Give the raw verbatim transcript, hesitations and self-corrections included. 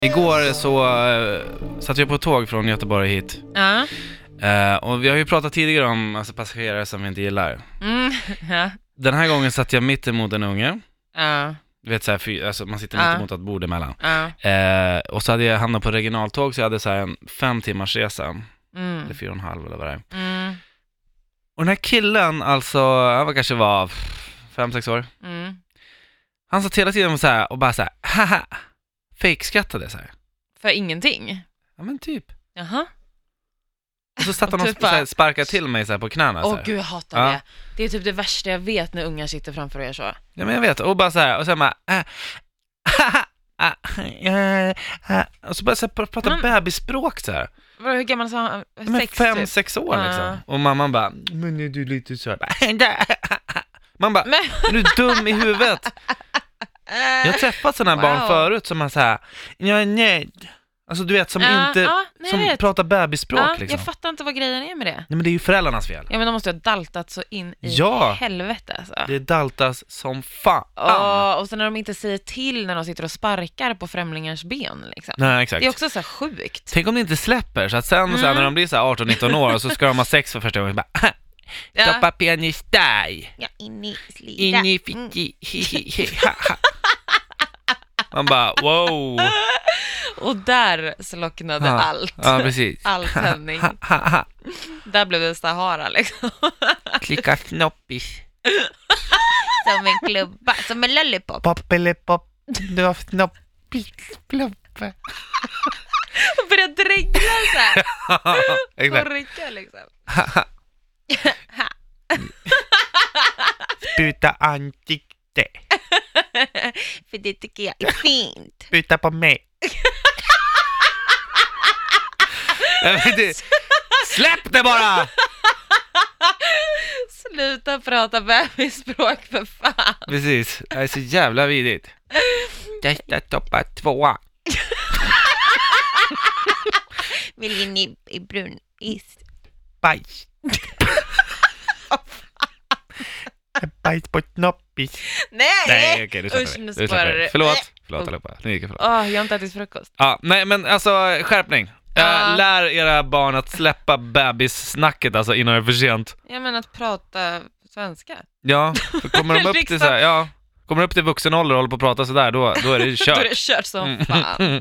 Igår så uh, satt jag på ett tåg från Göteborg hit. Ja. Uh, och vi har ju pratat tidigare om alltså, passagerare som vi inte gillar. Mm. Ja. Den här gången satt jag mitt emot en unge. Ja. Du vet så här, fy, alltså, man sitter Ja. mitt emot ett bord emellan. Ja. Uh, och så hade jag hamnat på regionaltåg, så jag hade så här en fem timmars resa. Mm. Eller fyra och en halv eller vad det är. Mm. Och den här killen, alltså, han var kanske var fem, sex år. Mm. Han satt hela tiden så här och bara så här, haha, fake-skrattade så här. För ingenting. Ja men typ. Jaha. Och så satt han Och och typ bara- så här, sparkade till mig så här på knäna. Åh så här. gud, jag hatar Ja. det. Det är typ det värsta jag vet när unga sitter framför och gör så. Ja men jag vet, och bara så här, och sen bara äh, haha, äh, äh, och så bara så här, pr- prata Men- bebisspråk så här. Vadå, hur gammal sa han? Ja, men Sex, fem, typ. sex år Ja. liksom. Och mamman bara, men är du lite så här. Man bara, Men... är du dum i huvudet? Jag har träffat sådana här Wow. barn förut som har så här, jag är nöjd. Alltså du vet, som Ja, inte, ja, nej, som jag vet. pratar bebisspråk Ja, liksom. jag fattar inte vad grejen är med det. Nej men det är ju föräldrarnas fel. Ja, men de måste ha daltat så in i Ja. helvete alltså. Det daltas som fan. Åh, och sen när de inte säger till när de sitter och sparkar på främlingars ben liksom. Nej, exakt. Det är också så här sjukt. Tänk om det inte släpper, så att sen Mm. så här, när de blir så här arton nitton år och så ska de ha sex för första gången, bara Ja. stoppa penis där, Ja, in i slida. in i Mm. fitti, hihihi, haha. Man bara, wow. Och där slocknade Ja. allt. Ja, precis. All tändning. Ha, ha, ha. Där blev det Sahara liksom. Klicka snoppis. Som en klubba, som en lollipop. Pop eller pop, du har snoppis, ploppe. Och började dregla så här. Exakt. Och rycka liksom. Spruta ansikte. För det tycker jag är fint. Spruta på mig. Nej, men det- Släpp det bara! Sluta prata bebisspråk för fan. Precis, det är så jävla vidigt. Testa toppa tvåa. Vill in i, i brun is. Bajs. Bajs på snoppis. Nej! Nej, okej, du Usch, släpper nu det. Du sparar släpper det. du. Förlåt, förlåt allihopa. Nu gick jag förlåt. Åh, jag har inte ätit frukost. Ja, nej men alltså skärpning. Ja. Uh, lär era barn att släppa bebissnacket alltså innan det är för sent. Jag menar att prata svenska. Ja, för kommer de upp till så här, ja, kommer de upp till vuxen ålder och håller på att prata så där, då då är det Då kört. är det kört som Mm. fan.